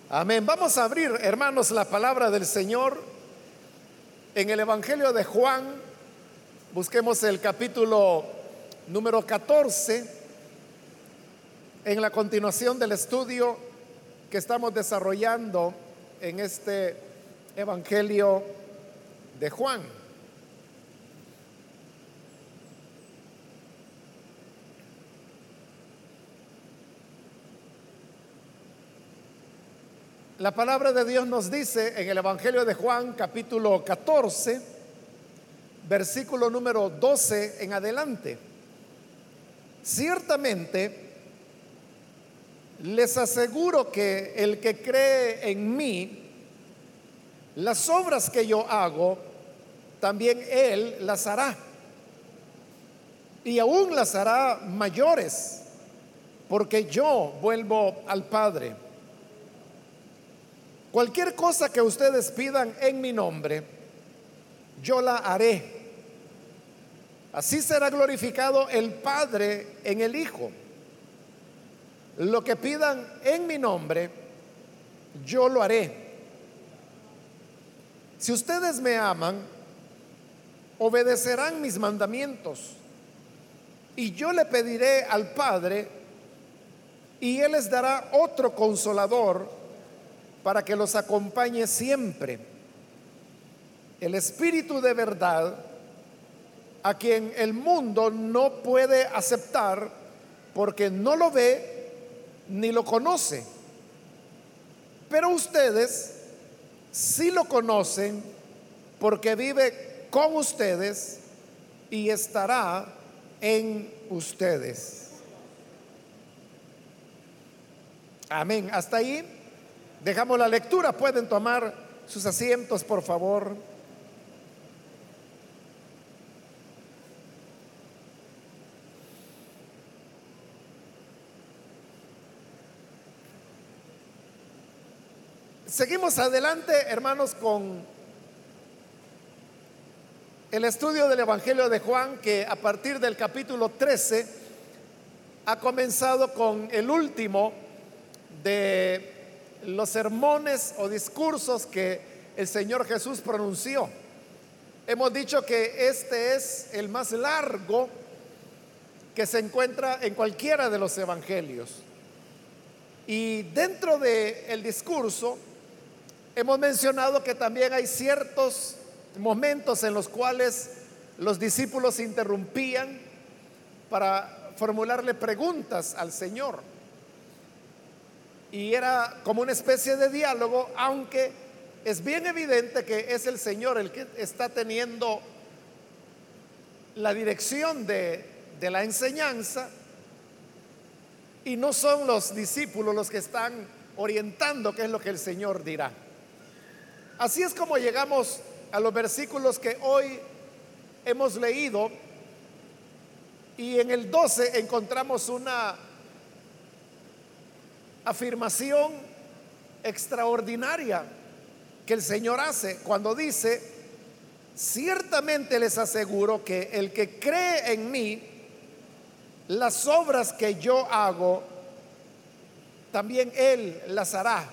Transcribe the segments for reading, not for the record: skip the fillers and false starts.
Amén. Vamos a abrir, hermanos, la palabra del Señor en el Evangelio de Juan. Busquemos el capítulo número 14 en la continuación del estudio que estamos desarrollando en este Evangelio de Juan. La palabra de Dios nos dice en el Evangelio de Juan, capítulo 14, versículo número 12 en adelante: ciertamente les aseguro que el que cree en mí, las obras que yo hago, también él las hará, y aún las hará mayores, porque yo vuelvo al Padre. Cualquier cosa que ustedes pidan en mi nombre, yo la haré. Así será glorificado el Padre en el Hijo. Lo que pidan en mi nombre, yo lo haré. Si ustedes me aman, obedecerán mis mandamientos. Y yo le pediré al Padre, y Él les dará otro consolador para que los acompañe siempre, el Espíritu de verdad, a quien el mundo no puede aceptar porque no lo ve ni lo conoce. Pero ustedes sí lo conocen porque vive con ustedes y estará en ustedes. Amén. Hasta ahí dejamos la lectura. Pueden tomar sus asientos, por favor. Seguimos adelante, hermanos, con el estudio del Evangelio de Juan, que a partir del capítulo 13 ha comenzado con el último de los sermones o discursos que el Señor Jesús pronunció. Hemos dicho que este es el más largo que se encuentra en cualquiera de los evangelios. Y dentro del discurso hemos mencionado que también hay ciertos momentos en los cuales los discípulos se interrumpían para formularle preguntas al Señor. Y era como una especie de diálogo, aunque es bien evidente que es el Señor el que está teniendo la dirección de la enseñanza, y no son los discípulos los que están orientando qué es lo que el Señor dirá. Así es como llegamos a los versículos que hoy hemos leído, y en el 12 encontramos una afirmación extraordinaria que el Señor hace cuando dice: ciertamente les aseguro que el que cree en mí, las obras que yo hago, también él las hará.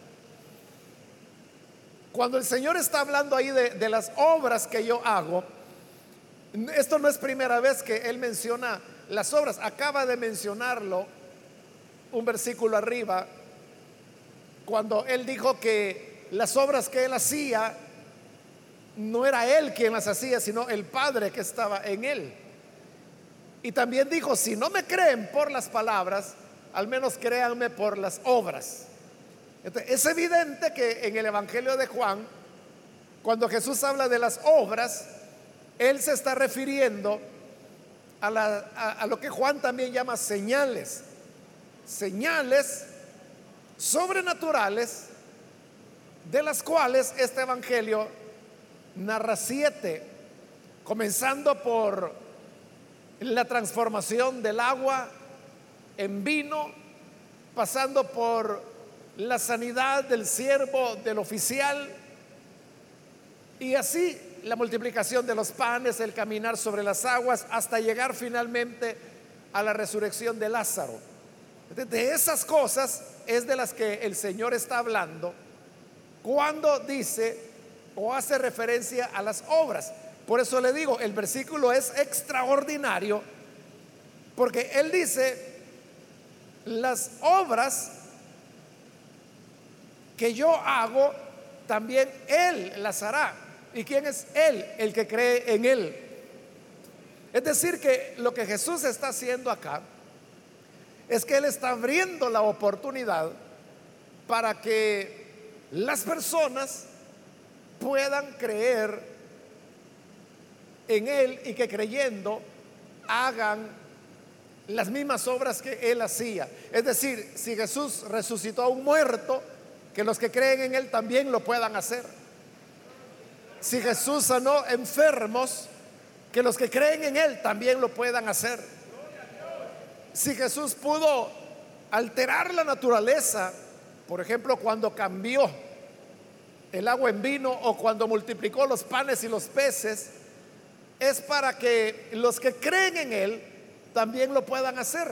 Cuando el Señor está hablando ahí de las obras que yo hago, esto no es primera vez que él menciona las obras. Acaba de mencionarlo un versículo arriba, cuando él dijo que las obras que él hacía, no era él quien las hacía, sino el Padre que estaba en él. Y también dijo: si no me creen por las palabras, al menos créanme por las obras. Entonces, es evidente que en el Evangelio de Juan, cuando Jesús habla de las obras, él se está refiriendo a lo que Juan también llama señales sobrenaturales, de las cuales este evangelio narra 7, comenzando por la transformación del agua en vino, pasando por la sanidad del siervo, del oficial, y así la multiplicación de los panes, el caminar sobre las aguas, hasta llegar finalmente a la resurrección de Lázaro. De esas cosas es de las que el Señor está hablando cuando dice o hace referencia a las obras. Por eso le digo, el versículo es extraordinario, porque Él dice: las obras que yo hago, también Él las hará. ¿Y quién es Él? El que cree en Él. Es decir, que lo que Jesús está haciendo acá es que Él está abriendo la oportunidad para que las personas puedan creer en Él y que creyendo hagan las mismas obras que Él hacía. Es decir, si Jesús resucitó a un muerto, que los que creen en Él también lo puedan hacer. Si Jesús sanó enfermos, que los que creen en Él también lo puedan hacer. Si Jesús pudo alterar la naturaleza, por ejemplo, cuando cambió el agua en vino o cuando multiplicó los panes y los peces, es para que los que creen en Él también lo puedan hacer.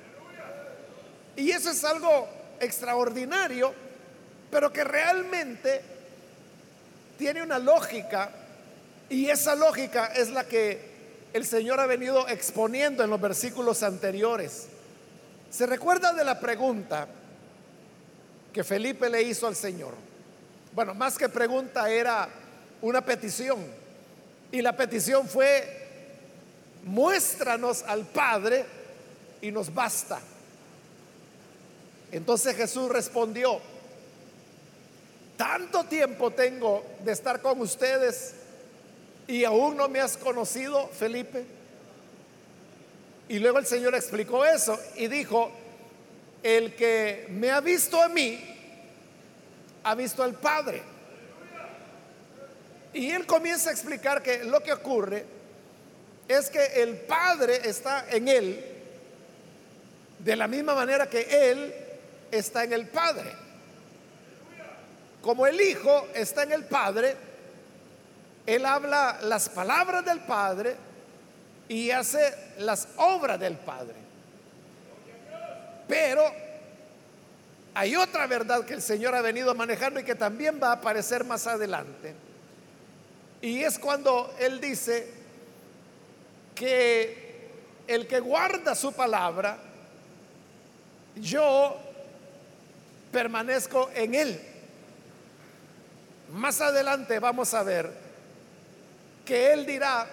Y eso es algo extraordinario, pero que realmente tiene una lógica, y esa lógica es la que el Señor ha venido exponiendo en los versículos anteriores. ¿Se recuerda de la pregunta que Felipe le hizo al Señor? Bueno, más que pregunta, era una petición. Y la petición fue: muéstranos al Padre y nos basta. Entonces Jesús respondió: tanto tiempo tengo de estar con ustedes y aún no me has conocido, Felipe. Y luego el Señor explicó eso y dijo: el que me ha visto a mí, ha visto al Padre. Y Él comienza a explicar que lo que ocurre es que el Padre está en Él de la misma manera que Él está en el Padre. Como el Hijo está en el Padre, Él habla las palabras del Padre y hace las obras del Padre. Pero hay otra verdad que el Señor ha venido manejando y que también va a aparecer más adelante. Y es cuando Él dice que el que guarda su palabra, yo permanezco en Él. Más adelante vamos a ver que Él dirá: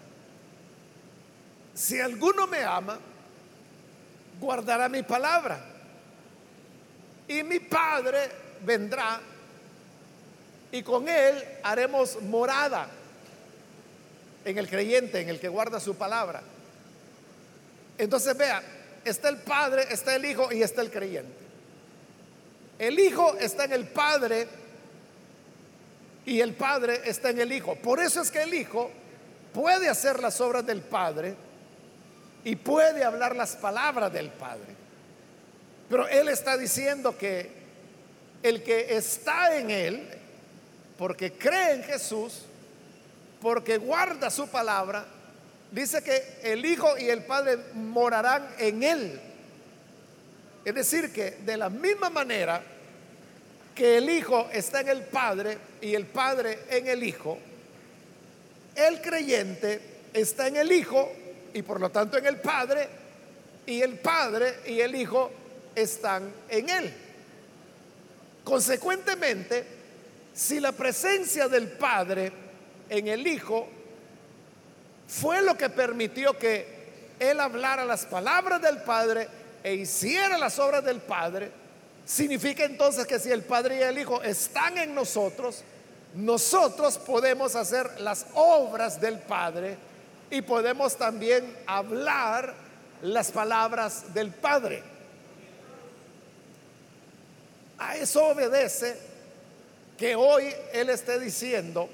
si alguno me ama, guardará mi palabra, y mi Padre vendrá y con Él haremos morada. En el creyente, en el que guarda su palabra. Entonces vea, está el Padre, está el Hijo y está el creyente. El Hijo está en el Padre y el Padre está en el Hijo. Por eso es que el Hijo puede hacer las obras del Padre y puede hablar las palabras del Padre. Pero Él está diciendo que el que está en Él, porque cree en Jesús, porque guarda su palabra, dice que el Hijo y el Padre morarán en Él. Es decir, que de la misma manera que el Hijo está en el Padre y el Padre en el Hijo, el creyente está en el Hijo y por lo tanto en el Padre, y el Padre y el Hijo están en Él. Consecuentemente, si la presencia del Padre en el Hijo fue lo que permitió que Él hablara las palabras del Padre e hiciera las obras del Padre, significa entonces que si el Padre y el Hijo están en nosotros, nosotros podemos hacer las obras del Padre y podemos también hablar las palabras del Padre. A eso obedece que hoy Él esté diciendo: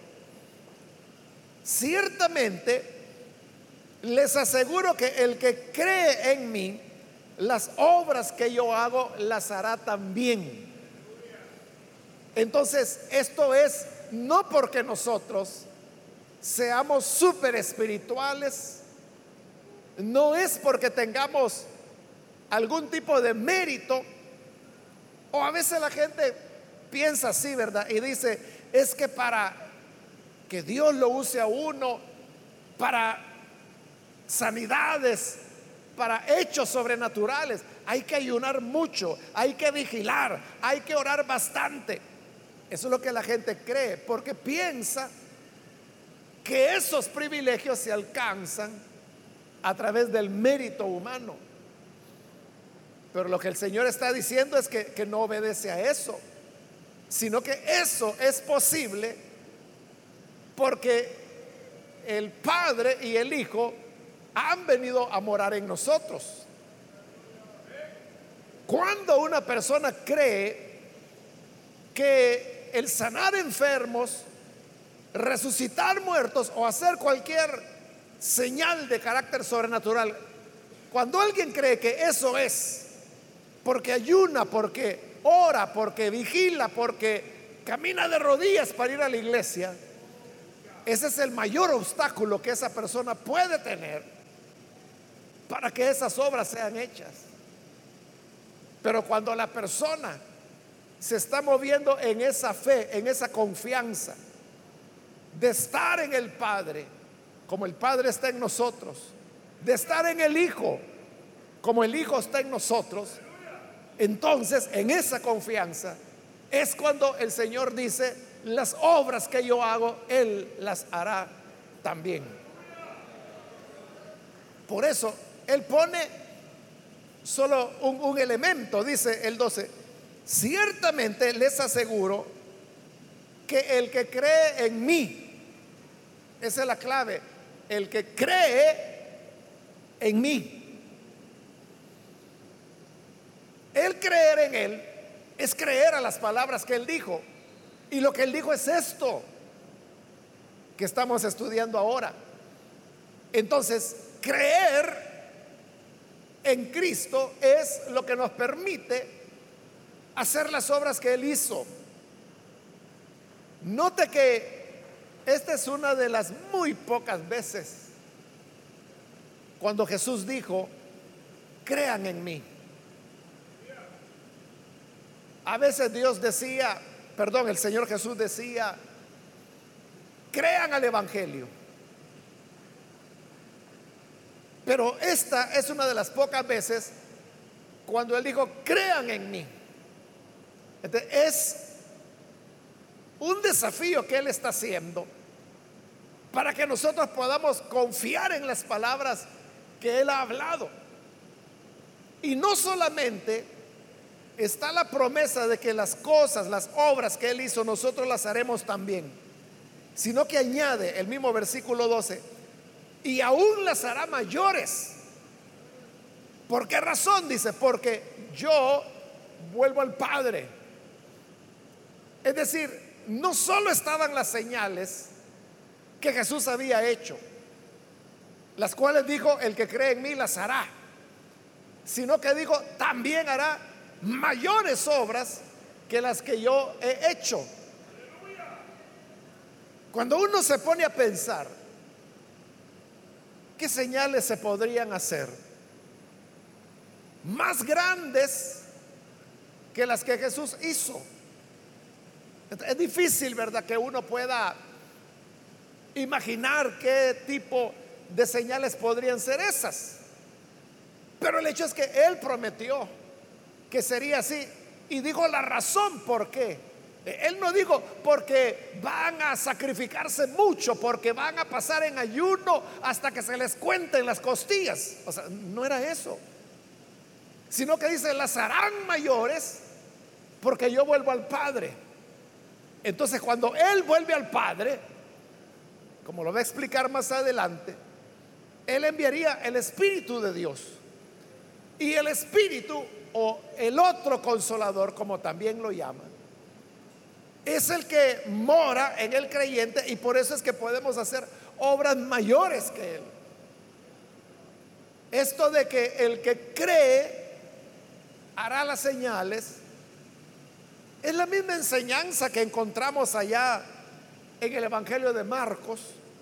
ciertamente les aseguro que el que cree en mí, las obras que yo hago las hará también. Entonces, esto es no porque nosotros seamos súper espirituales, no es porque tengamos algún tipo de mérito, O a veces la gente piensa así, ¿verdad? Y dice, es que para que Dios lo use a uno para sanidades, para hechos sobrenaturales, hay que ayunar mucho, hay que vigilar, hay que orar bastante. Eso es lo que la gente cree, porque piensa que esos privilegios se alcanzan a través del mérito humano. Pero lo que el Señor está diciendo es que no obedece a eso, sino que eso es posible porque el Padre y el Hijo han venido a morar en nosotros. Cuando una persona cree que el sanar enfermos, resucitar muertos o hacer cualquier señal de carácter sobrenatural, cuando alguien cree que eso es porque ayuna, porque ora, porque vigila, porque camina de rodillas para ir a la iglesia, ese es el mayor obstáculo que esa persona puede tener para que esas obras sean hechas. Pero cuando la persona se está moviendo en esa fe, en esa confianza de estar en el Padre, como el Padre está en nosotros, de estar en el Hijo, como el Hijo está en nosotros, entonces en esa confianza es cuando el Señor dice, las obras que yo hago, Él las hará también. Por eso Él pone solo un elemento, dice el 12, ciertamente les aseguro que el que cree en mí, esa es la clave, el que cree en mí. El creer en Él es creer a las palabras que Él dijo. Y lo que Él dijo es esto que estamos estudiando ahora. Entonces, creer en Cristo es lo que nos permite hacer las obras que Él hizo. Note que esta es una de las muy pocas veces cuando Jesús dijo, crean en mí. A veces Dios decía, perdón, el Señor Jesús decía, crean al Evangelio. Pero esta es una de las pocas veces cuando Él dijo, crean en mí. Entonces, es un desafío que Él está haciendo para que nosotros podamos confiar en las palabras que Él ha hablado. Y no solamente está la promesa de que las cosas, las obras que Él hizo, nosotros las haremos también, sino que añade el mismo versículo 12, y aún las hará mayores. ¿Por qué razón? Dice, porque yo vuelvo al Padre. Es decir, no solo estaban las señales que Jesús había hecho, las cuales dijo, el que cree en mí las hará, sino que dijo, también hará mayores obras que las que yo he hecho. Cuando uno se pone a pensar, ¿qué señales se podrían hacer más grandes que las que Jesús hizo? Es difícil, ¿verdad?, que uno pueda imaginar qué tipo de señales podrían ser esas. Pero el hecho es que Él prometió que sería así y dijo la razón por qué. Él no dijo porque van a sacrificarse mucho, porque van a pasar en ayuno hasta que se les cuenten las costillas. O sea, no era eso, sino que dice, las harán mayores porque yo vuelvo al Padre. Entonces, cuando Él vuelve al Padre, como lo va a explicar más adelante, Él enviaría el Espíritu de Dios. Y el Espíritu, o el otro consolador, como también lo llaman, es el que mora en el creyente, y por eso es que podemos hacer obras mayores que Él. Esto de que el que cree hará las señales es la misma enseñanza que encontramos allá en el Evangelio de Marcos,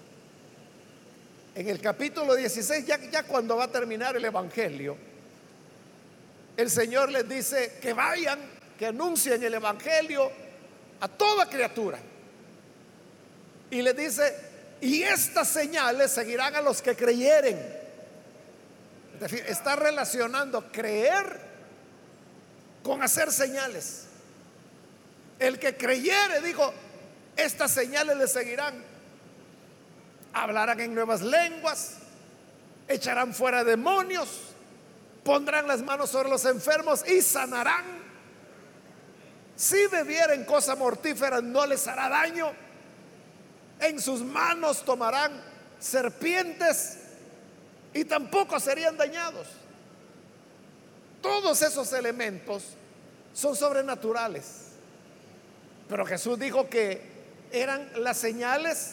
en el capítulo 16, ya cuando va a terminar el Evangelio. El Señor les dice que vayan que anuncien el evangelio a toda criatura. Y le dice, y estas señales seguirán a los que creyeren. Es decir, está relacionando creer con hacer señales. El que creyere, dijo, estas señales le seguirán. Hablarán en nuevas lenguas, echarán fuera demonios, pondrán las manos sobre los enfermos y sanarán. Si bebieren cosa mortífera no les hará daño. En sus manos tomarán serpientes y tampoco serían dañados. Todos esos elementos son sobrenaturales. Pero Jesús dijo que eran las señales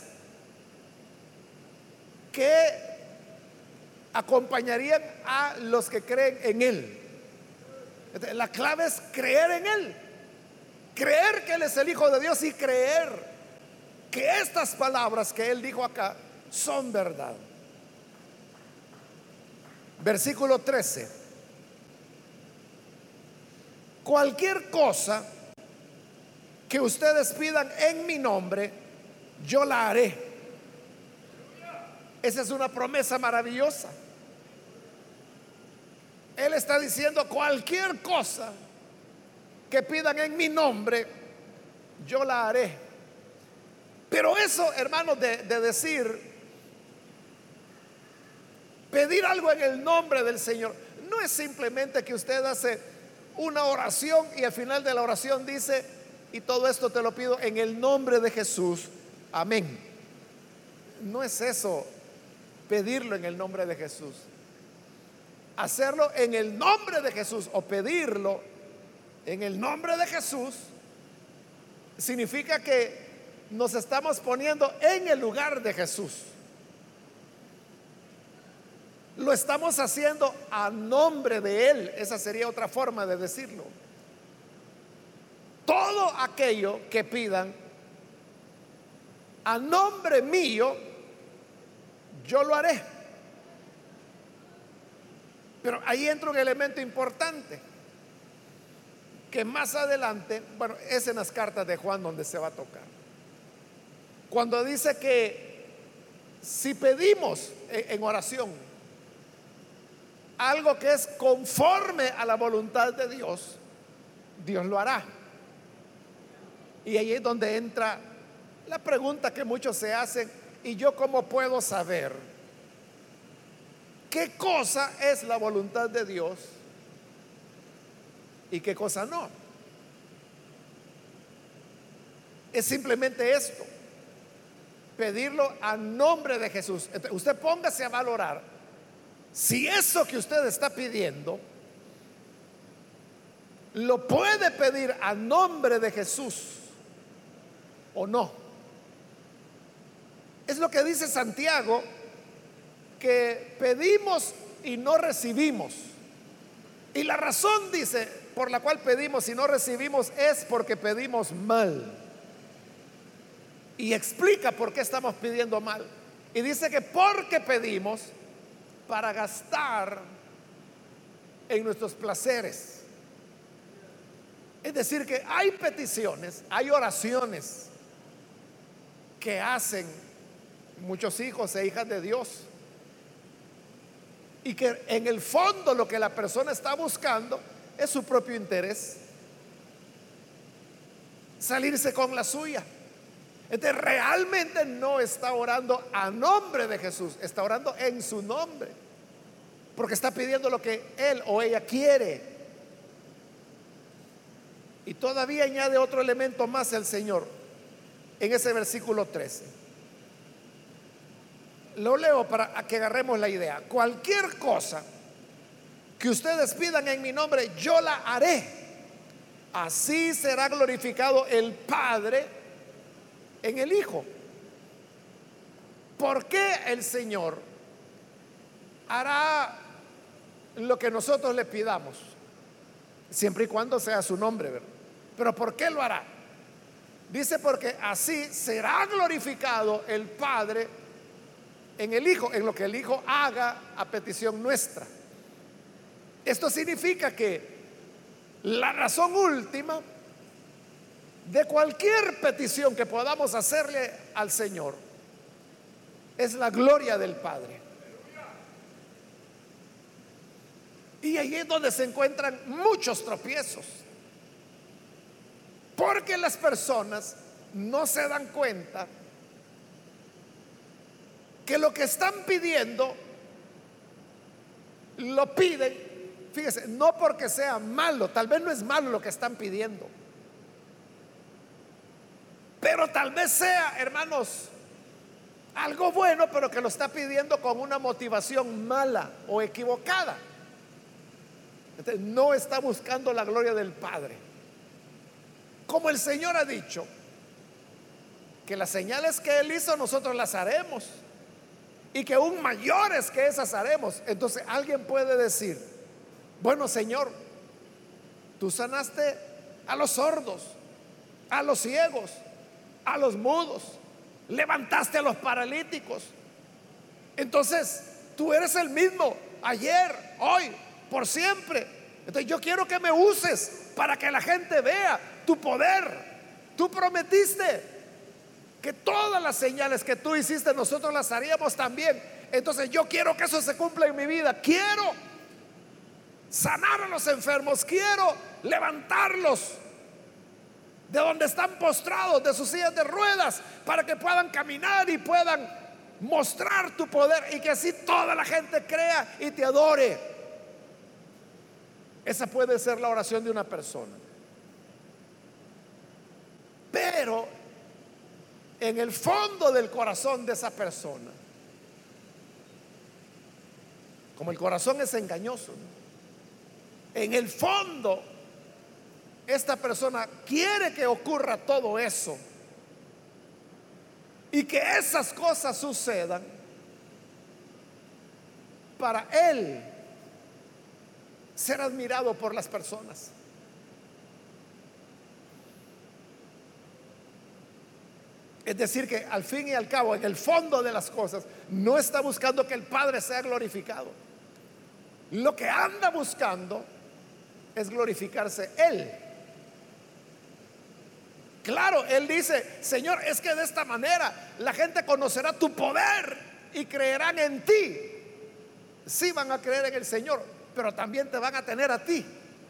que acompañarían a los que creen en Él. La clave es creer en Él, creer que Él es el Hijo de Dios y creer que estas palabras que Él dijo acá son verdad. Versículo 13: cualquier cosa que ustedes pidan en mi nombre, yo la haré. Esa es una promesa maravillosa. Él está diciendo, cualquier cosa que pidan en mi nombre, yo la haré. Pero eso, hermanos, de decir, pedir algo en el nombre del Señor, no es simplemente que usted hace una oración y al final de la oración dice, y todo esto te lo pido en el nombre de Jesús, amén. No es eso, pedirlo en el nombre de Jesús. Hacerlo en el nombre de Jesús o pedirlo en el nombre de Jesús significa que nos estamos poniendo en el lugar de Jesús. Lo estamos haciendo a nombre de Él. Esa sería otra forma de decirlo. Todo aquello que pidan a nombre mío, yo lo haré. Pero ahí entra un elemento importante que más adelante, bueno, es en las cartas de Juan donde se va a tocar. Cuando dice que si pedimos en oración algo que es conforme a la voluntad de Dios, Dios lo hará. Y ahí es donde entra la pregunta que muchos se hacen: ¿y yo cómo puedo saber qué cosa es la voluntad de Dios y qué cosa no? Es simplemente esto: pedirlo a nombre de Jesús. Entonces, usted póngase a valorar si eso que usted está pidiendo lo puede pedir a nombre de Jesús o no. Es lo que dice Santiago, que pedimos y no recibimos. Y la razón, dice, por la cual pedimos y no recibimos es porque pedimos mal. Y explica por qué estamos pidiendo mal. Y dice que porque pedimos para gastar en nuestros placeres. Es decir, que hay peticiones, hay oraciones que hacen muchos hijos e hijas de Dios, y que en el fondo lo que la persona está buscando es su propio interés, salirse con la suya. Entonces realmente no está orando a nombre de Jesús, está orando en su nombre, porque está pidiendo lo que él o ella quiere. Y todavía añade otro elemento más el Señor en ese versículo 13. Lo leo para que agarremos la idea. Cualquier cosa que ustedes pidan en mi nombre, yo la haré. Así será glorificado el Padre en el Hijo. ¿Por qué el Señor hará lo que nosotros le pidamos? Siempre y cuando sea su nombre, ¿verdad? Pero ¿por qué lo hará? Dice, porque así será glorificado el Padre en el Hijo, en lo que el Hijo haga a petición nuestra. Esto significa que La razón última de cualquier petición que podamos hacerle al Señor es la gloria del Padre. Y allí es donde se encuentran muchos tropiezos, porque las personas no se dan cuenta que lo que están pidiendo lo piden, fíjese, no porque sea malo, tal vez no es malo lo que están pidiendo, pero tal vez sea, hermanos, algo bueno, pero que lo está pidiendo con una motivación mala o equivocada. Entonces, no está buscando la gloria del Padre. Como el Señor ha dicho que las señales que Él hizo nosotros las haremos, y que aún mayores que esas haremos. Entonces alguien puede decir: bueno, Señor, tú sanaste a los sordos, a los ciegos, a los mudos, levantaste a los paralíticos. Entonces tú eres el mismo ayer, hoy, por siempre. Entonces yo quiero que me uses para que la gente vea tu poder. Tú prometiste que todas las señales que tú hiciste nosotros las haríamos también. Entonces yo quiero que eso se cumpla en mi vida. Quiero sanar a los enfermos, quiero levantarlos de donde están postrados, de sus sillas de ruedas, para que puedan caminar y puedan mostrar tu poder, y que así toda la gente crea y te adore. Esa puede ser la oración de una persona. Pero en el fondo del corazón de esa persona, como el corazón es engañoso, en el fondo esta persona quiere que ocurra todo eso y que esas cosas sucedan para él ser admirado por las personas. Es decir, que al fin y al cabo, en el fondo de las cosas, no está buscando que el Padre sea glorificado. Lo que anda buscando es glorificarse Él. Claro, Él dice: Señor, es que de esta manera la gente conocerá tu poder y creerán en ti. Sí, van a creer en el Señor, pero también te van a tener a ti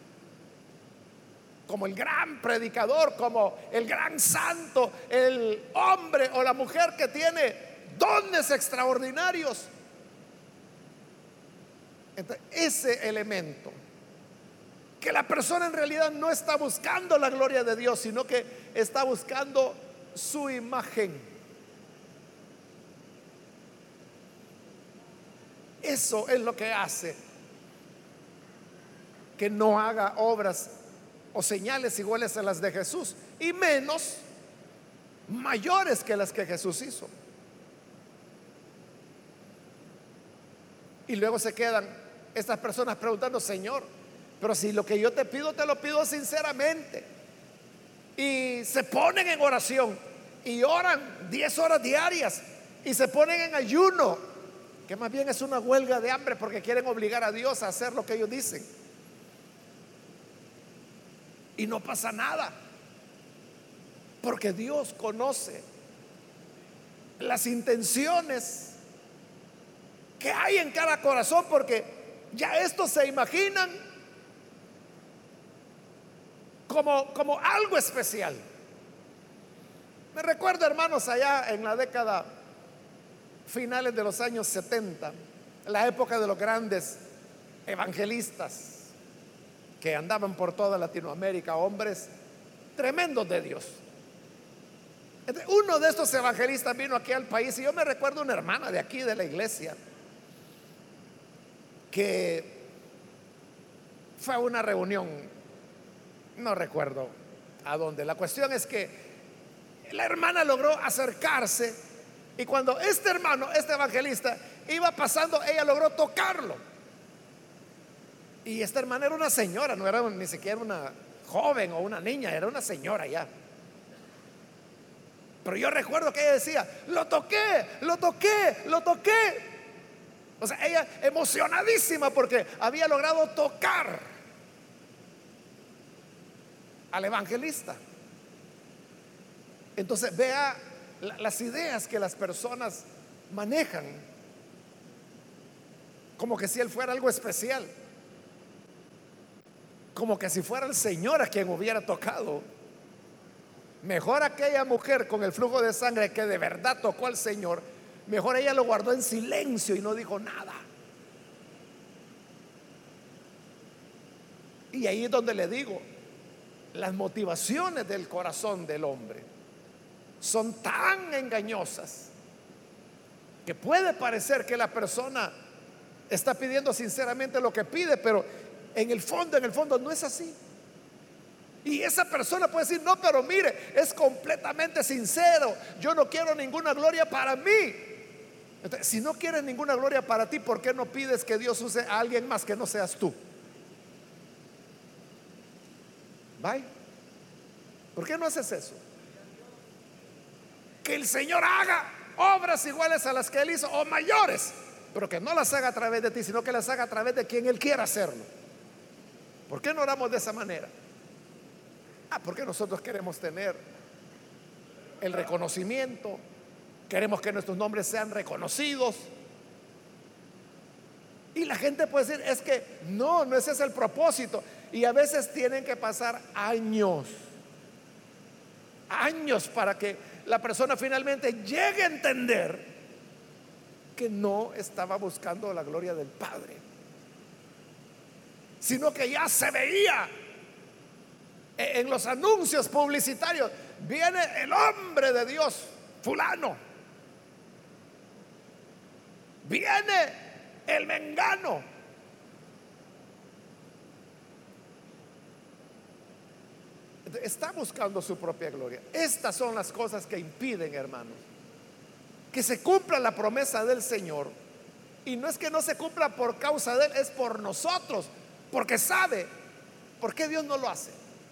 como el gran predicador, como el gran santo, el hombre o la mujer que tiene dones extraordinarios. Entonces, ese elemento, que la persona en realidad no está buscando la gloria de Dios, sino que está buscando su imagen. Eso es lo que hace que no haga obras o señales iguales a las de Jesús, y menos mayores que las que Jesús hizo. Y luego se quedan estas personas preguntando: Señor, pero si lo que yo te pido, te lo pido sinceramente. Y se ponen en oración y oran 10 horas diarias y se ponen en ayuno, que más bien es una huelga de hambre, porque quieren obligar a Dios a hacer lo que ellos dicen. Y no pasa nada, porque Dios conoce las intenciones que hay en cada corazón, porque ya estos se imaginan como algo especial. Me recuerdo, hermanos, allá en la década finales de los años 70, la época de los grandes evangelistas que andaban por toda Latinoamérica, hombres tremendos de Dios. Uno de estos evangelistas vino aquí al país, y yo me recuerdo una hermana de aquí de la iglesia que fue a una reunión, no recuerdo a dónde. La cuestión es que la hermana logró acercarse, y cuando este hermano, este evangelista, iba pasando, ella logró tocarlo. Y esta hermana era una señora, no era ni siquiera una joven o una niña, era una señora ya. Pero yo recuerdo que ella decía: lo toqué, lo toqué, lo toqué. O sea, ella emocionadísima porque había logrado tocar al evangelista. Entonces vea las ideas que las personas manejan, como que si él fuera algo especial, como que si fuera el Señor a quien hubiera tocado. Mejor aquella mujer con el flujo de sangre que de verdad tocó al Señor, mejor ella lo guardó en silencio y no dijo nada. Y ahí es donde le digo, las motivaciones del corazón del hombre son tan engañosas que puede parecer que la persona está pidiendo sinceramente lo que pide, pero en el fondo no es así. Y esa persona puede decir, no, pero mire, es completamente sincero, yo no quiero ninguna gloria para mí. Entonces, si no quieres ninguna gloria para ti, ¿por qué no pides que Dios use a alguien más que no seas tú? ¿Vaya? ¿Por qué no haces eso? Que el Señor haga obras iguales a las que Él hizo o mayores, pero que no las haga a través de ti, sino que las haga a través de quien Él quiera hacerlo. ¿Por qué no oramos de esa manera? Porque nosotros queremos tener el reconocimiento, queremos que nuestros nombres sean reconocidos. Y la gente puede decir, es que no ese es el propósito. Y a veces tienen que pasar años para que la persona finalmente llegue a entender que no estaba buscando la gloria del Padre, sino que ya se veía en los anuncios publicitarios, viene el hombre de Dios fulano, viene el mengano. Está buscando su propia gloria. Estas son las cosas que impiden, hermanos, que se cumpla la promesa del Señor. Y no es que no se cumpla por causa de Él, es por nosotros, porque sabe. ¿Por qué Dios no lo hace?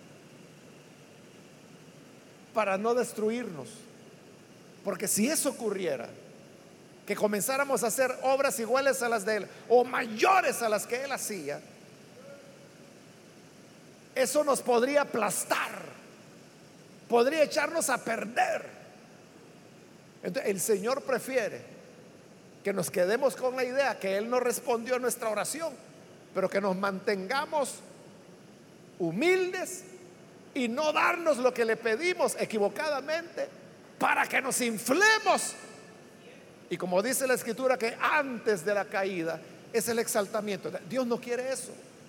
Para no destruirnos. Porque si eso ocurriera, que comenzáramos a hacer obras iguales a las de Él o mayores a las que Él hacía, eso nos podría aplastar, podría echarnos a perder. Entonces el Señor prefiere que nos quedemos con la idea que Él no respondió a nuestra oración, pero que nos mantengamos humildes y no darnos lo que le pedimos equivocadamente, para que nos inflemos. Y como dice la Escritura, que antes de la caída es el exaltamiento. Dios no quiere eso.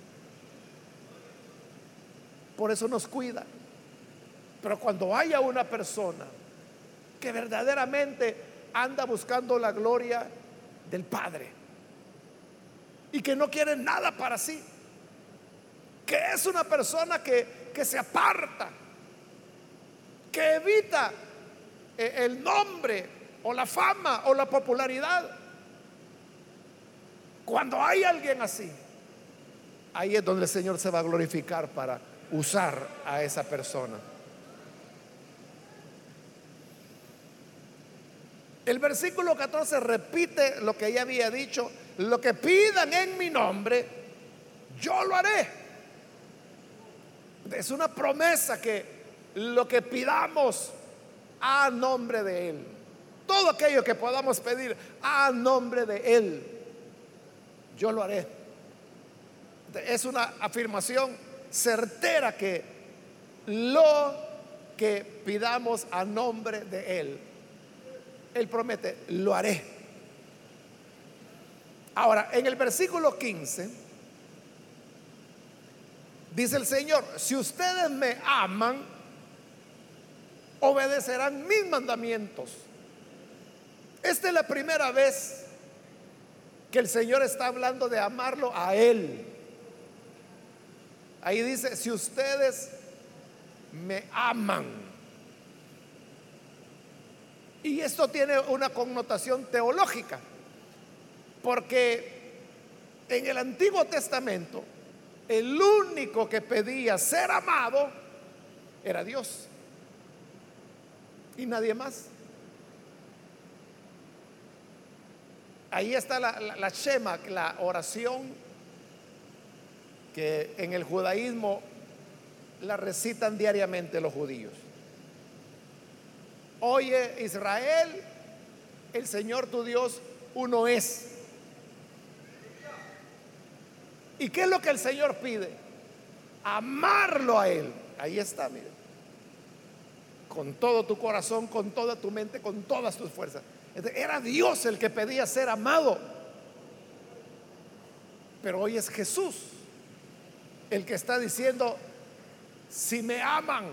Por eso nos cuida. Pero cuando haya una persona que verdaderamente anda buscando la gloria del Padre y que no quiere nada para sí, que es una persona que se aparta, que evita el nombre o la fama o la popularidad, cuando hay alguien así, ahí es donde el Señor se va a glorificar para usar a esa persona. El versículo 14 repite lo que ya había dicho: lo que pidan en mi nombre, yo lo haré. Es una promesa que lo que pidamos a nombre de Él, todo aquello que podamos pedir a nombre de Él, yo lo haré. Es una afirmación certera que lo que pidamos a nombre de Él, Él promete, lo haré. Ahora, en el versículo 15 dice el Señor: si ustedes me aman, obedecerán mis mandamientos. Esta es la primera vez que el Señor está hablando de amarlo a Él. Ahí dice: si ustedes me aman. Y esto tiene una connotación teológica, porque en el Antiguo Testamento el único que pedía ser amado era Dios y nadie más. Ahí está la Shema, la oración que en el judaísmo la recitan diariamente los judíos. Oye Israel, el Señor tu Dios uno es. ¿Y qué es lo que el Señor pide? Amarlo a Él. Ahí está, mire. Con todo tu corazón, con toda tu mente, con todas tus fuerzas. Era Dios el que pedía ser amado. Pero hoy es Jesús el que está diciendo: si me aman.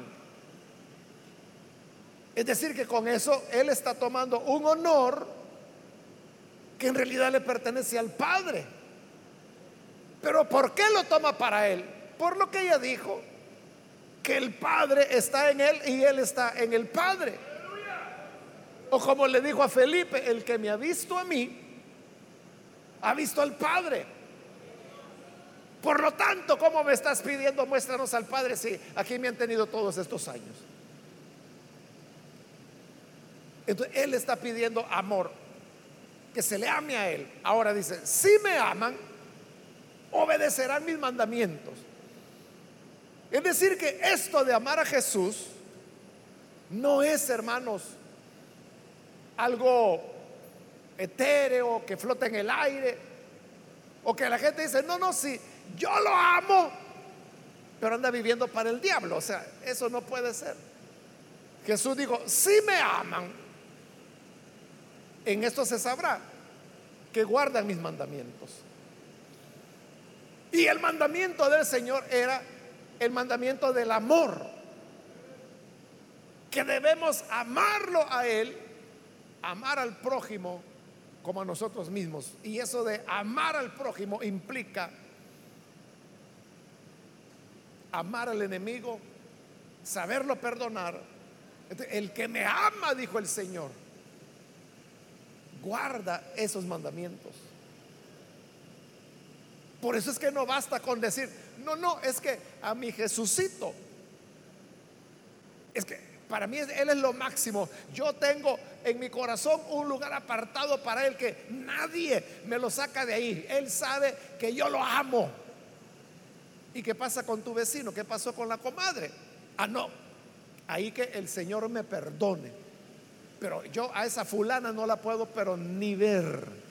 Es decir, que con eso Él está tomando un honor que en realidad le pertenece al Padre. Pero ¿por qué lo toma para Él? Por lo que ella dijo, que el Padre está en Él y Él está en el Padre. O como le dijo a Felipe: el que me ha visto a mí, ha visto al Padre. Por lo tanto, ¿cómo me estás pidiendo muéstranos al Padre si aquí me han tenido todos estos años? Entonces Él está pidiendo amor, que se le ame a Él. Ahora dice: si me aman, obedecerán mis mandamientos. Es decir, que esto de amar a Jesús no es, hermanos, algo etéreo que flota en el aire, o que la gente dice: no, no, sí, yo lo amo, pero anda viviendo para el diablo. O sea, eso no puede ser. Jesús dijo: si me aman, en esto se sabrá que guardan mis mandamientos. Y el mandamiento del Señor era el mandamiento del amor, que debemos amarlo a Él, amar al prójimo como a nosotros mismos. Y eso de amar al prójimo implica amar al enemigo, saberlo perdonar. El que me ama, dijo el Señor, guarda esos mandamientos. Por eso es que no basta con decir: no, no, es que a mi Jesucito, es que para mí Él es lo máximo. Yo tengo en mi corazón un lugar apartado para Él, que nadie me lo saca de ahí. Él sabe que yo lo amo. ¿Y qué pasa con tu vecino? ¿Qué pasó con la comadre? Ah, no, ahí que el Señor me perdone, pero yo a esa fulana no la puedo pero ni ver.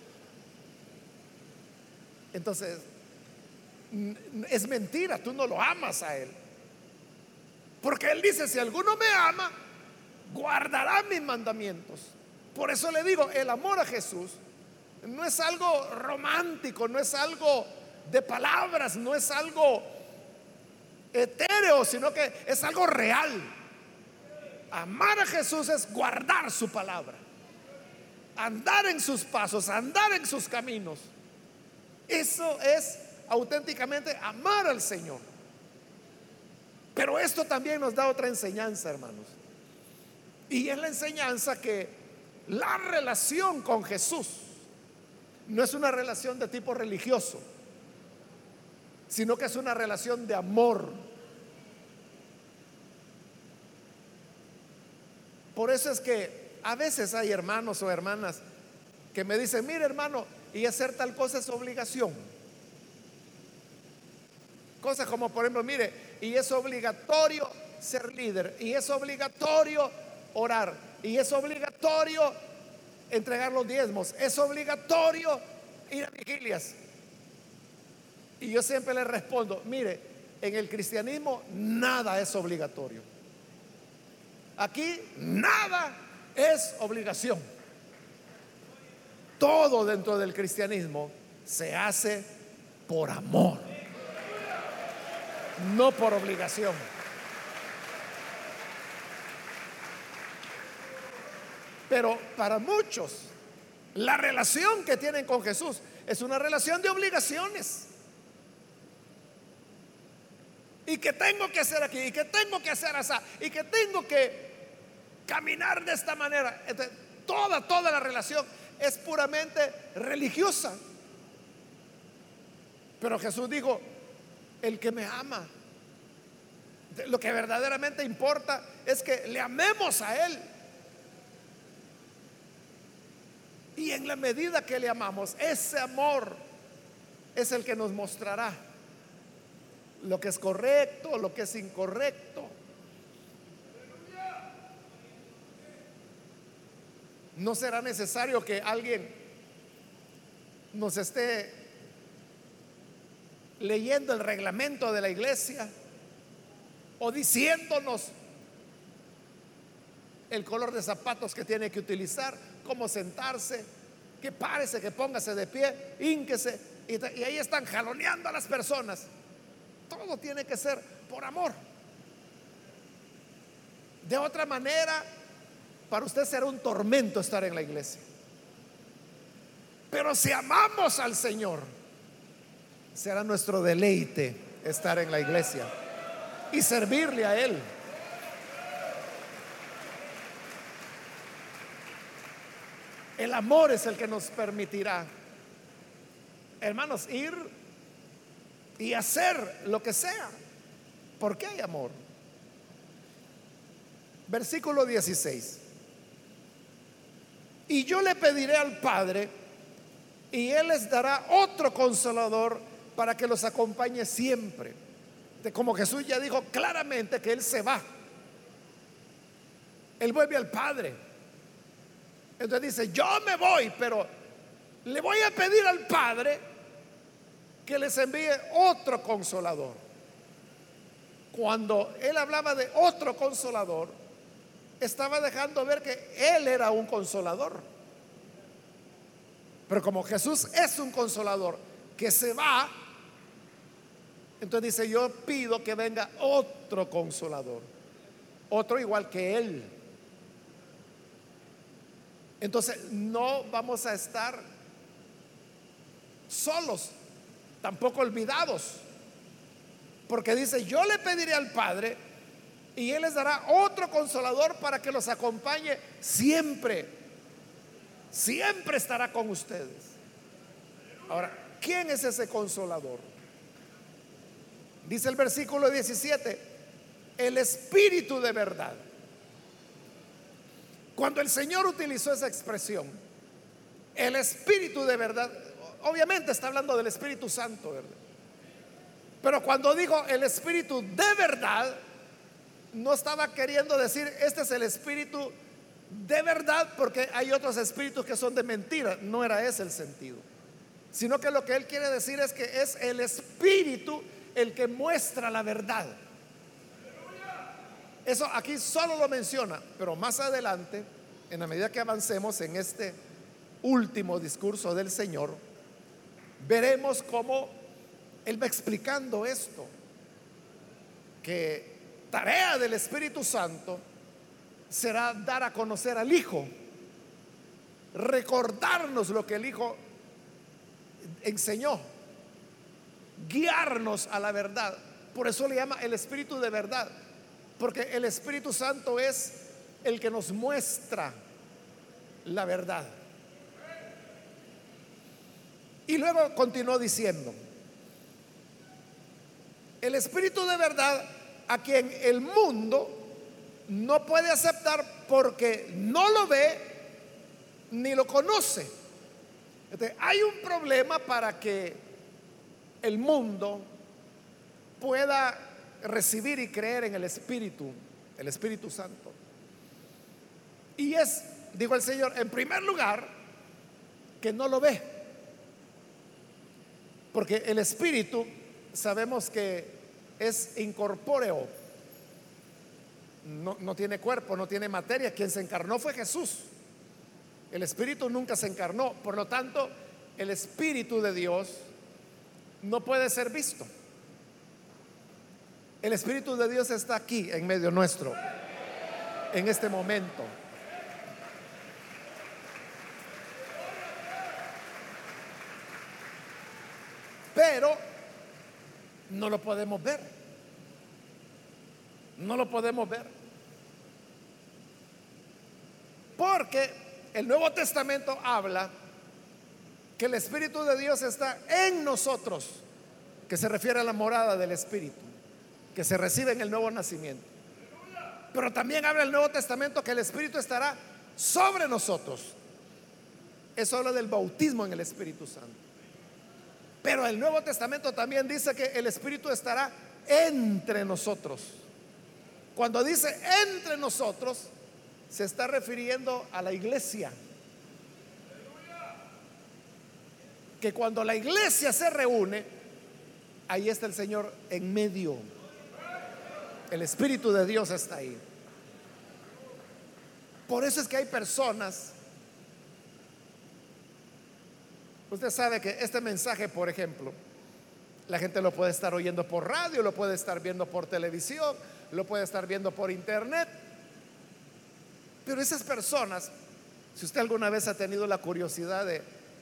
Entonces es mentira, tú no lo amas a Él, porque Él dice: si alguno me ama, guardará mis mandamientos. Por eso le digo, el amor a Jesús no es algo romántico, no es algo de palabras, no es algo etéreo, sino que es algo real. Amar a Jesús es guardar su palabra, andar en sus pasos, andar en sus caminos. Eso es auténticamente amar al Señor. Pero esto también nos da otra enseñanza, hermanos, y es la enseñanza que la relación con Jesús no es una relación de tipo religioso, sino que es una relación de amor. Por eso es que a veces hay hermanos o hermanas que me dicen: mire, hermano, y hacer tal cosa es obligación. Cosas como, por ejemplo, mire, y es obligatorio ser líder, y es obligatorio orar, y es obligatorio entregar los diezmos, es obligatorio ir a vigilias. Y yo siempre le respondo: mire, en el cristianismo nada es obligatorio. Aquí nada es obligación. Todo dentro del cristianismo se hace por amor, no por obligación. Pero para muchos, la relación que tienen con Jesús es una relación de obligaciones. Y que tengo que hacer aquí, y que tengo que hacer así, y que tengo que caminar de esta manera. Entonces, toda la relación es puramente religiosa. Pero Jesús dijo: el que me ama, lo que verdaderamente importa es que le amemos a Él. Y en la medida que le amamos, ese amor es el que nos mostrará lo que es correcto, lo que es incorrecto. No será necesario que alguien nos esté leyendo el reglamento de la iglesia o diciéndonos el color de zapatos que tiene que utilizar, cómo sentarse, que párese, que póngase de pie, hínquese, y ahí están jaloneando a las personas. Todo tiene que ser por amor. De otra manera, para usted será un tormento estar en la iglesia. Pero si amamos al Señor, será nuestro deleite estar en la iglesia y servirle a Él. El amor es el que nos permitirá, hermanos, ir y hacer lo que sea, porque hay amor. Versículo 16. Y yo le pediré al Padre, y Él les dará otro consolador para que los acompañe siempre. Como Jesús ya dijo claramente que Él se va, Él vuelve al Padre. Entonces dice, yo me voy, pero le voy a pedir al Padre que les envíe otro consolador. Cuando Él hablaba de otro consolador, estaba dejando ver que Él era un consolador. Pero como Jesús es un consolador que se va, entonces dice, yo pido que venga otro consolador, otro igual que Él. Entonces no vamos a estar solos, tampoco olvidados, porque dice, yo le pediré al Padre y Él les dará otro consolador para que los acompañe siempre. Siempre estará con ustedes. Ahora, ¿quién es ese consolador? Dice el versículo 17, el Espíritu de verdad. Cuando el Señor utilizó esa expresión, el Espíritu de verdad, obviamente está hablando del Espíritu Santo, ¿verdad? Pero cuando dijo el Espíritu de verdad, no estaba queriendo decir este es el Espíritu de verdad porque hay otros espíritus que son de mentira. No era ese el sentido, sino que lo que Él quiere decir es que es el Espíritu el que muestra la verdad. Eso aquí solo lo menciona, pero más adelante, en la medida que avancemos en este último discurso del Señor, veremos cómo Él va explicando esto, que tarea del Espíritu Santo será dar a conocer al Hijo, recordarnos lo que el Hijo enseñó, guiarnos a la verdad. Por eso le llama el Espíritu de verdad, porque el Espíritu Santo es el que nos muestra la verdad. Y luego continuó diciendo, el Espíritu de verdad a quien el mundo no puede aceptar porque no lo ve ni lo conoce. Entonces, hay un problema para que el mundo pueda recibir y creer en el Espíritu Santo. Y es, dijo el Señor, en primer lugar, que no lo ve. Porque el Espíritu sabemos que es incorpóreo, no tiene cuerpo, no tiene materia. Quien se encarnó fue Jesús. El Espíritu nunca se encarnó. Por lo tanto, el Espíritu de Dios no puede ser visto. El Espíritu de Dios está aquí en medio nuestro en este momento. Pero no lo podemos ver. No lo podemos ver. Porque el Nuevo Testamento habla que el Espíritu de Dios está en nosotros, que se refiere a la morada del Espíritu, que se recibe en el nuevo nacimiento. Pero también habla el Nuevo Testamento que el Espíritu estará sobre nosotros. Eso habla del bautismo en el Espíritu Santo. Pero el Nuevo Testamento también dice que el Espíritu estará entre nosotros. Cuando dice entre nosotros, se está refiriendo a la iglesia. Que cuando la iglesia se reúne, ahí está el Señor en medio. El Espíritu de Dios está ahí. Por eso es que hay personas. Usted sabe que este mensaje, por ejemplo, la gente lo puede estar oyendo por radio, lo puede estar viendo por televisión, lo puede estar viendo por internet. Pero esas personas, si usted alguna vez ha tenido la curiosidad de,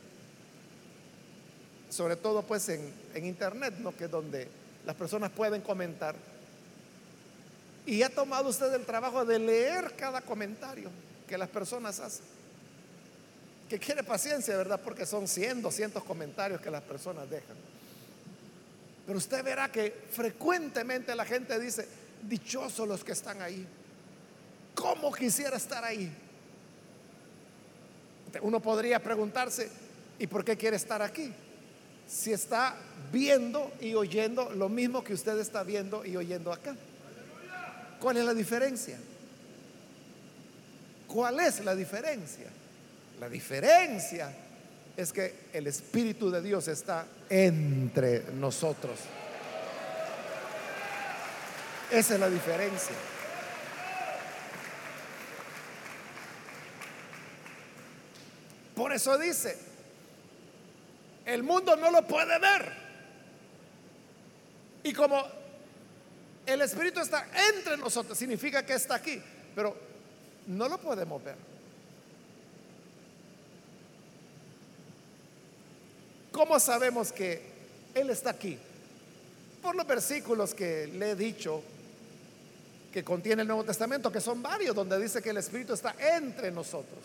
sobre todo pues en internet, ¿no? Que es donde las personas pueden comentar, y ha tomado usted el trabajo de leer cada comentario que las personas hacen, que quiere paciencia, ¿verdad? Porque son 100, 200 comentarios que las personas dejan. Pero usted verá que frecuentemente la gente dice: dichosos los que están ahí, ¿cómo quisiera estar ahí? Uno podría preguntarse: ¿y por qué quiere estar aquí? Si está viendo y oyendo lo mismo que usted está viendo y oyendo acá. ¿Cuál es la diferencia? ¿Cuál es la diferencia? La diferencia es que el Espíritu de Dios está entre nosotros. Esa es la diferencia. Por eso dice: el mundo no lo puede ver. Y como el Espíritu está entre nosotros, significa que está aquí, pero no lo podemos ver. ¿Cómo sabemos que Él está aquí? Por los versículos que le he dicho que contiene el Nuevo Testamento, que son varios, donde dice que el Espíritu está entre nosotros.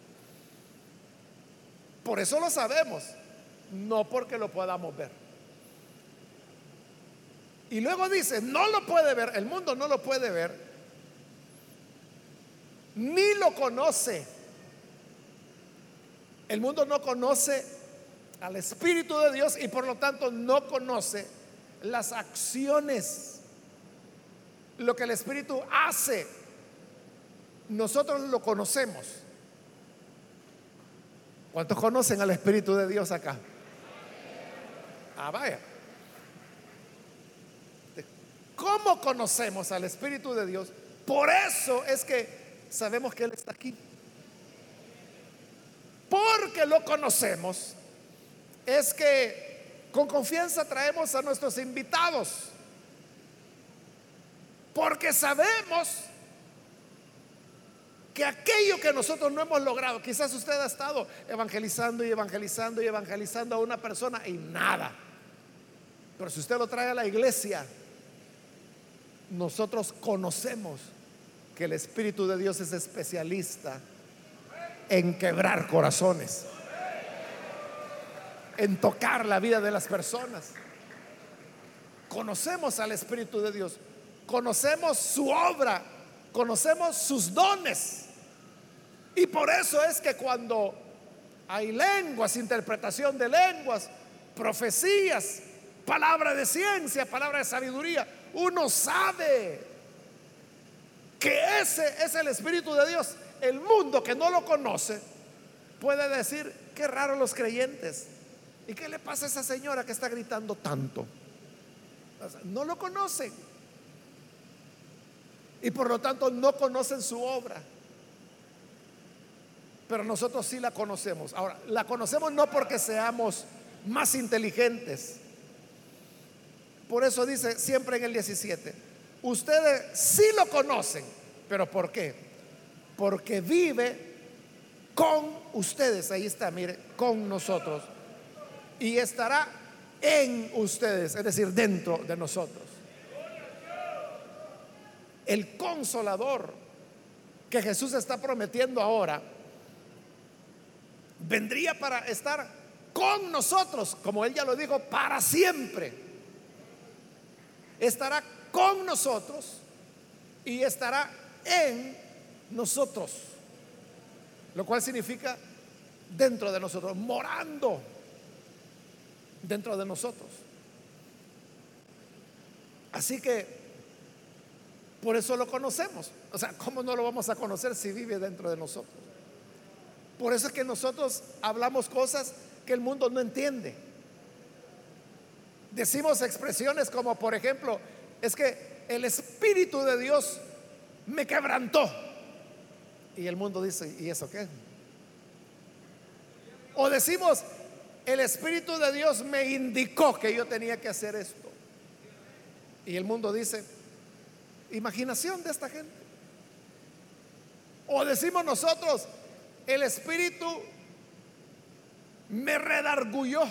Por eso lo sabemos, no porque lo podamos ver. Y luego dice: no lo puede ver, el mundo no lo puede ver, ni lo conoce. El mundo no conoce al Espíritu de Dios y por lo tanto no conoce las acciones, lo que el Espíritu hace. Nosotros lo conocemos. ¿Cuántos conocen al Espíritu de Dios acá? Ah, vaya. ¿Cómo conocemos al Espíritu de Dios? Por eso es que sabemos que Él está aquí. Porque lo conocemos, es que con confianza traemos a nuestros invitados. Porque sabemos que aquello que nosotros no hemos logrado, quizás usted ha estado evangelizando y evangelizando y evangelizando a una persona y nada. Pero si usted lo trae a la iglesia, nosotros conocemos que el Espíritu de Dios es especialista en quebrar corazones, en tocar la vida de las personas. Conocemos al Espíritu de Dios, conocemos su obra, conocemos sus dones. Y por eso es que cuando hay lenguas, interpretación de lenguas, profecías, palabra de ciencia, palabra de sabiduría, uno sabe que ese es el Espíritu de Dios. El mundo que no lo conoce puede decir: qué raro los creyentes, ¿y qué le pasa a esa señora que está gritando tanto? O sea, no lo conocen y por lo tanto no conocen su obra. Pero nosotros sí la conocemos. Ahora, la conocemos no porque seamos más inteligentes. Por eso dice siempre en el 17: ustedes sí lo conocen. ¿Pero por qué? Porque vive con ustedes. Ahí está, mire, con nosotros. Y estará en ustedes, es decir, dentro de nosotros. El Consolador que Jesús está prometiendo ahora vendría para estar con nosotros, como Él ya lo dijo, para siempre. Estará con nosotros y estará en nosotros, lo cual significa dentro de nosotros, morando dentro de nosotros. Así que por eso lo conocemos. O sea, ¿cómo no lo vamos a conocer si vive dentro de nosotros? Por eso es que nosotros hablamos cosas que el mundo no entiende. Decimos expresiones como, por ejemplo, es que el Espíritu de Dios me quebrantó. Y el mundo dice, ¿y eso qué? O decimos, el Espíritu de Dios me indicó que yo tenía que hacer esto. Y el mundo dice, imaginación de esta gente. O decimos nosotros, el Espíritu me redarguyó.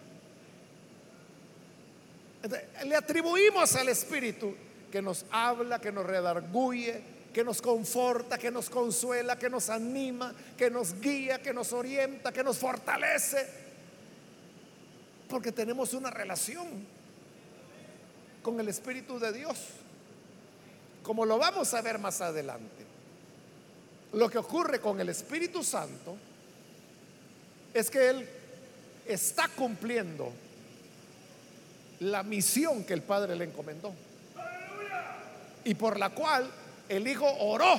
Entonces, le atribuimos al Espíritu que nos habla, que nos redarguye, que nos conforta, que nos consuela, que nos anima, que nos guía, que nos orienta, que nos fortalece, porque tenemos una relación con el Espíritu de Dios, como lo vamos a ver más adelante. Lo que ocurre con el Espíritu Santo es que Él está cumpliendo la misión que el Padre le encomendó y por la cual el Hijo oró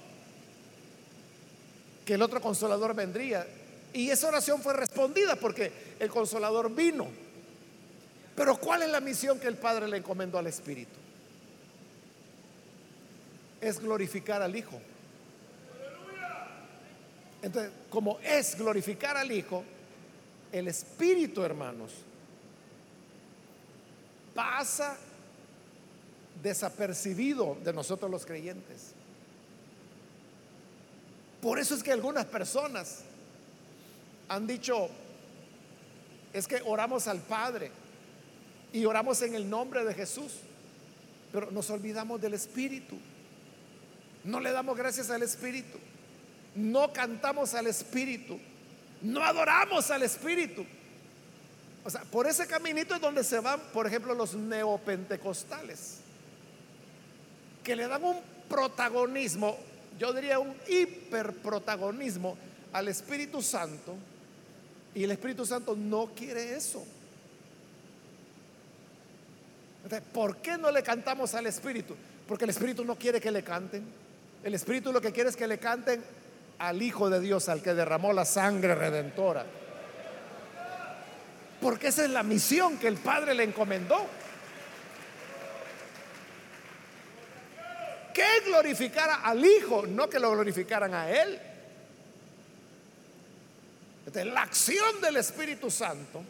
que el otro Consolador vendría, y esa oración fue respondida porque el Consolador vino. Pero ¿cuál es la misión que el Padre le encomendó al Espíritu? Es glorificar al Hijo. Entonces, como es glorificar al Hijo, el Espíritu, hermanos, pasa desapercibido de nosotros los creyentes. Por eso es que algunas personas han dicho, es que oramos al Padre y oramos en el nombre de Jesús, pero nos olvidamos del Espíritu, no le damos gracias al Espíritu, no cantamos al Espíritu, no adoramos al Espíritu. O sea, por ese caminito es donde se van, por ejemplo, los neopentecostales, que le dan un protagonismo, yo diría un hiperprotagonismo al Espíritu Santo, y el Espíritu Santo no quiere eso. Entonces, ¿por qué no le cantamos al Espíritu? Porque el Espíritu no quiere que le canten. El Espíritu lo que quiere es que le canten al Hijo de Dios, al que derramó la sangre redentora, porque esa es la misión que el Padre le encomendó, que glorificara al Hijo, no que lo glorificaran a Él. Entonces, la acción del Espíritu Santo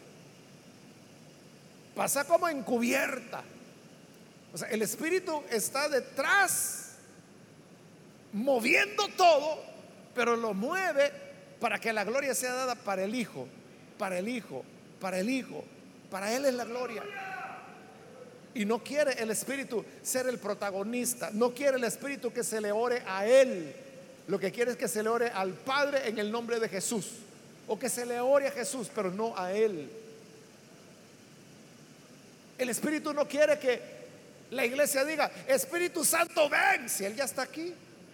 pasa como encubierta. O sea, el Espíritu está detrás moviendo todo, pero lo mueve para que la gloria sea dada para el Hijo, para el Hijo, para el Hijo. Para Él es la gloria. Y no quiere el Espíritu ser el protagonista, no quiere el Espíritu que se le ore a Él. Lo que quiere es que se le ore al Padre en el nombre de Jesús, o que se le ore a Jesús, pero no a Él. El Espíritu no quiere que la iglesia diga, Espíritu Santo, ven, si Él ya está aquí.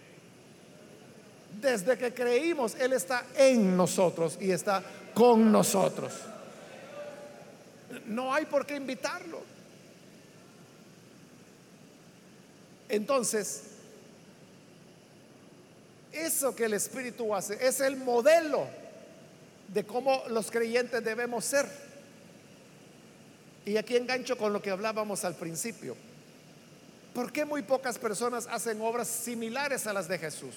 Desde que creímos, Él está en nosotros y está con nosotros. No hay por qué invitarlo. Entonces, eso que el Espíritu hace es el modelo de cómo los creyentes debemos ser. Y aquí engancho con lo que hablábamos al principio. ¿Por qué muy pocas personas hacen obras similares a las de Jesús?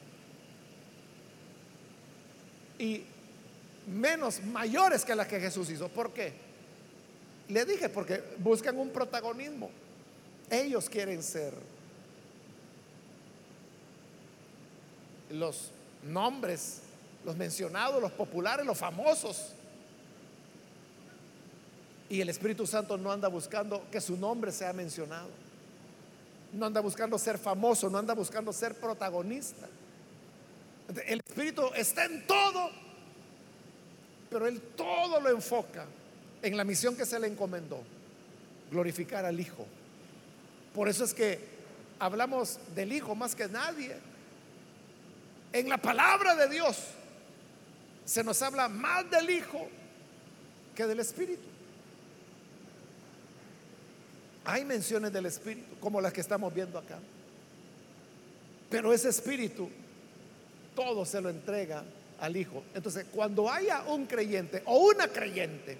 Y menos mayores que las que Jesús hizo. ¿Por qué? Le dije, porque buscan un protagonismo. Ellos quieren ser los nombres, los mencionados, los populares, los famosos. Y el Espíritu Santo no anda buscando que su nombre sea mencionado, no anda buscando ser famoso, no anda buscando ser protagonista. El Espíritu está en todo, pero Él todo lo enfoca en la misión que se le encomendó: glorificar al Hijo. Por eso es que hablamos del Hijo más que nadie. En la palabra de Dios se nos habla más del Hijo que del Espíritu. Hay menciones del Espíritu, como las que estamos viendo acá. Pero ese Espíritu, todo se lo entrega al Hijo. Entonces, cuando haya un creyente o una creyente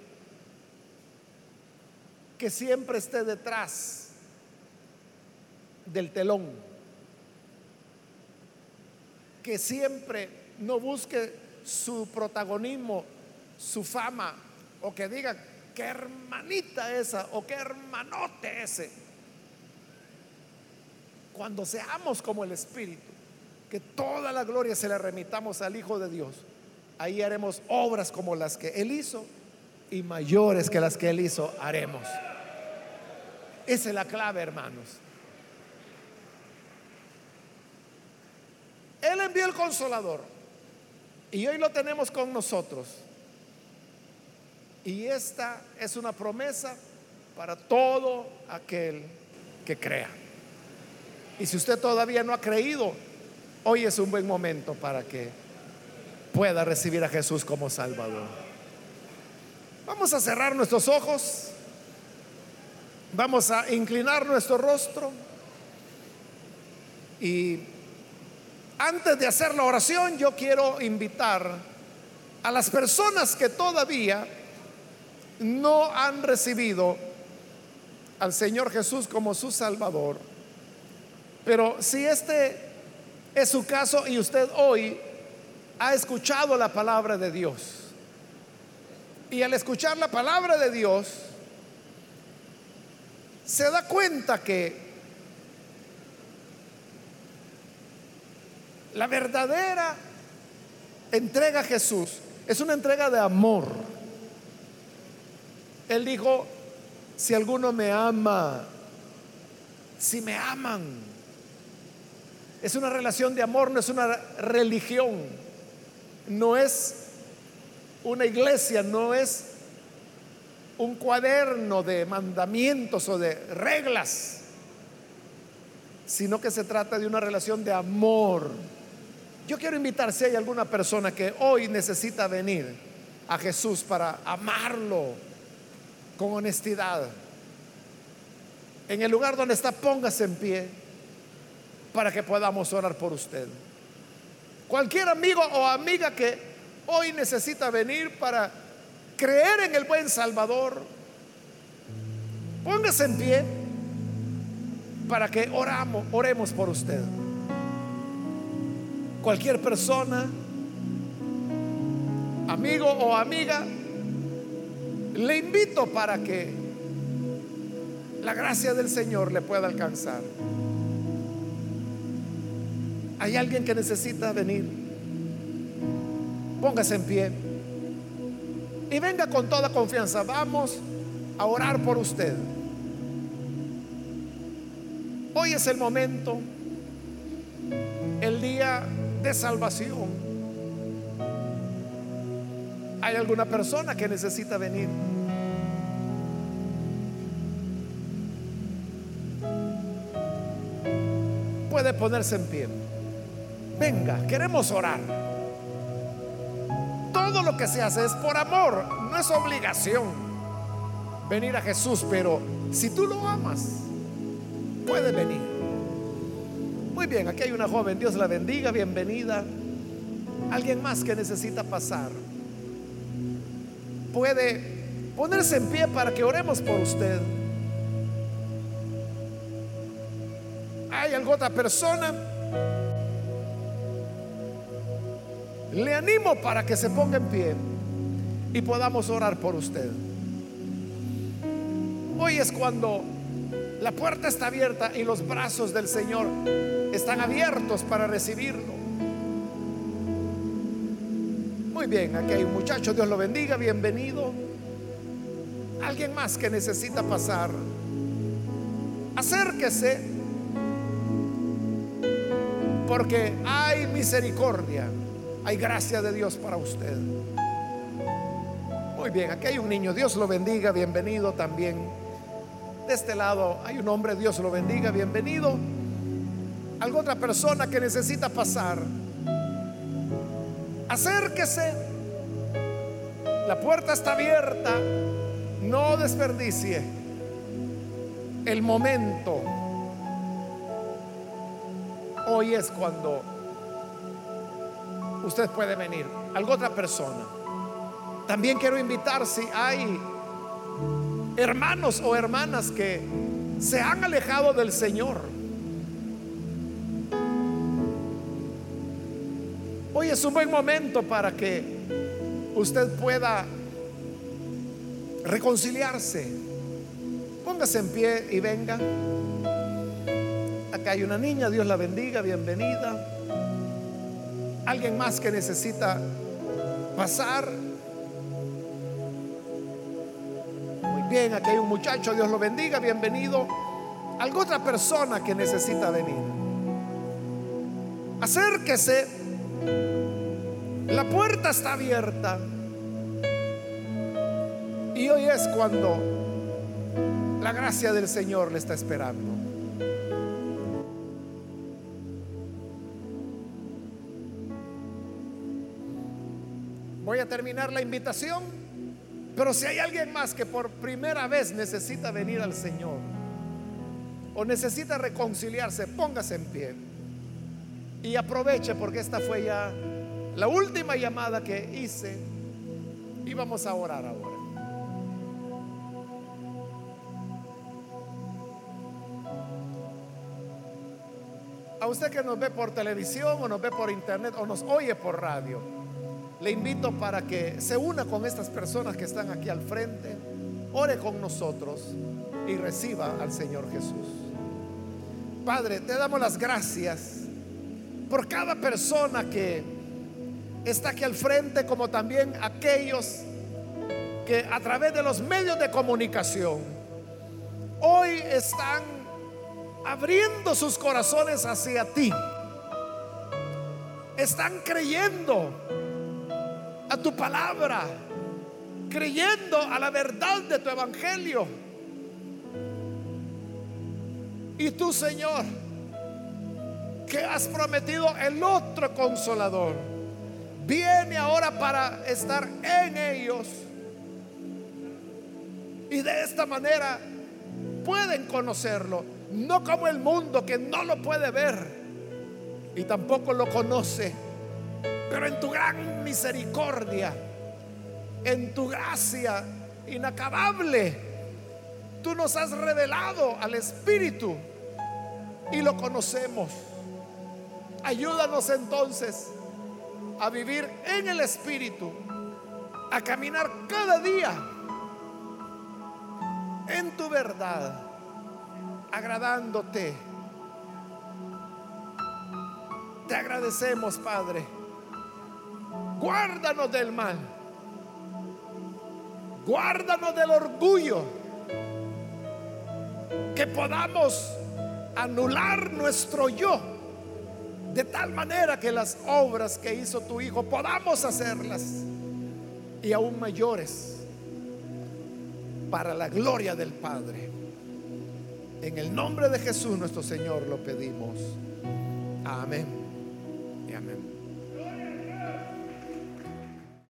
que siempre esté detrás del telón, que siempre no busque su protagonismo, su fama, o que diga qué hermanita esa o qué hermanote ese. Cuando seamos como el Espíritu, que toda la gloria se la remitamos al Hijo de Dios, ahí haremos obras como las que Él hizo y mayores que las que Él hizo haremos. Esa es la clave, hermanos. Él envió el Consolador y hoy lo tenemos con nosotros. Y esta es una promesa para todo aquel que crea. Y si usted todavía no ha creído, hoy es un buen momento para que pueda recibir a Jesús como Salvador. Vamos a cerrar nuestros ojos. Vamos a inclinar nuestro rostro. Y antes de hacer la oración, yo quiero invitar a las personas que todavía no han recibido al Señor Jesús como su Salvador. Pero si este es su caso y usted hoy ha escuchado la palabra de Dios, y al escuchar la palabra de Dios se da cuenta que la verdadera entrega a Jesús es una entrega de amor. Él dijo: si alguno me ama, si me aman. Es una relación de amor, no es una religión, no es una iglesia, no es un cuaderno de mandamientos o de reglas, sino que se trata de una relación de amor. Yo quiero invitar, si hay alguna persona que hoy necesita venir a Jesús para amarlo con honestidad, en el lugar donde está, póngase en pie para que podamos orar por usted. Cualquier amigo o amiga que hoy necesita venir para creer en el buen Salvador, póngase en pie para que oremos por usted. Cualquier persona, amigo o amiga, le invito para que la gracia del Señor le pueda alcanzar. ¿Hay alguien que necesita venir? Póngase en pie y venga con toda confianza. Vamos a orar por usted. Hoy es el momento, el día de salvación. ¿Hay alguna persona que necesita venir? Puede ponerse en pie. Venga, queremos orar. Todo lo que se hace es por amor, no es obligación venir a Jesús, pero si tú lo amas, puede venir. Muy bien, aquí hay una joven, Dios la bendiga, bienvenida. Alguien más que necesita pasar, puede ponerse en pie para que oremos por usted. ¿Hay alguna otra persona? Le animo para que se ponga en pie y podamos orar por usted. Hoy es cuando la puerta está abierta y los brazos del Señor están abiertos para recibirlo. Muy bien, aquí hay un muchacho, Dios lo bendiga, bienvenido. Alguien más que necesita pasar, acérquese, porque hay misericordia, hay gracia de Dios para usted. Muy bien, aquí hay un niño, Dios lo bendiga, bienvenido también. De este lado hay un hombre, Dios lo bendiga, bienvenido. ¿Alguna otra persona que necesita pasar? Acérquese, la puerta está abierta, no desperdicie. el momento. Hoy es cuando usted puede venir. Alguna otra persona. También quiero invitar, si hay hermanos o hermanas que se han alejado del Señor, hoy es un buen momento para que usted pueda reconciliarse. Póngase en pie y venga. Acá hay una niña, Dios la bendiga, bienvenida. Alguien más que necesita pasar. Muy bien, aquí hay un muchacho, Dios lo bendiga, bienvenido. Alguna otra persona que necesita venir, acérquese. La puerta está abierta. Y hoy es cuando la gracia del Señor le está esperando. Voy a terminar la invitación, pero si hay alguien más que por primera vez necesita venir al Señor o necesita reconciliarse, póngase en pie y aproveche, porque esta fue ya la última llamada que hice y vamos a orar ahora. A usted que nos ve por televisión o nos ve por internet o nos oye por radio, le invito para que se una con estas personas que están aquí al frente, ore con nosotros y reciba al Señor Jesús. Padre, te damos las gracias por cada persona que está aquí al frente, como también aquellos que a través de los medios de comunicación hoy están abriendo sus corazones hacia ti, están creyendo a tu palabra, creyendo a la verdad de tu evangelio. Y tú, Señor, que has prometido el otro consolador, viene ahora para estar en ellos, y de esta manera pueden conocerlo, no como el mundo, que no lo puede ver y tampoco lo conoce, pero en tu gran misericordia, en tu gracia inacabable, tú nos has revelado al Espíritu y lo conocemos. Ayúdanos entonces a vivir en el Espíritu, a caminar cada día en tu verdad, agradándote. Te agradecemos, Padre. Guárdanos del mal, guárdanos del orgullo, que podamos anular nuestro yo, de tal manera que las obras que hizo tu Hijo podamos hacerlas, y aún mayores, para la gloria del Padre. En el nombre de Jesús nuestro Señor lo pedimos. Amén y amén.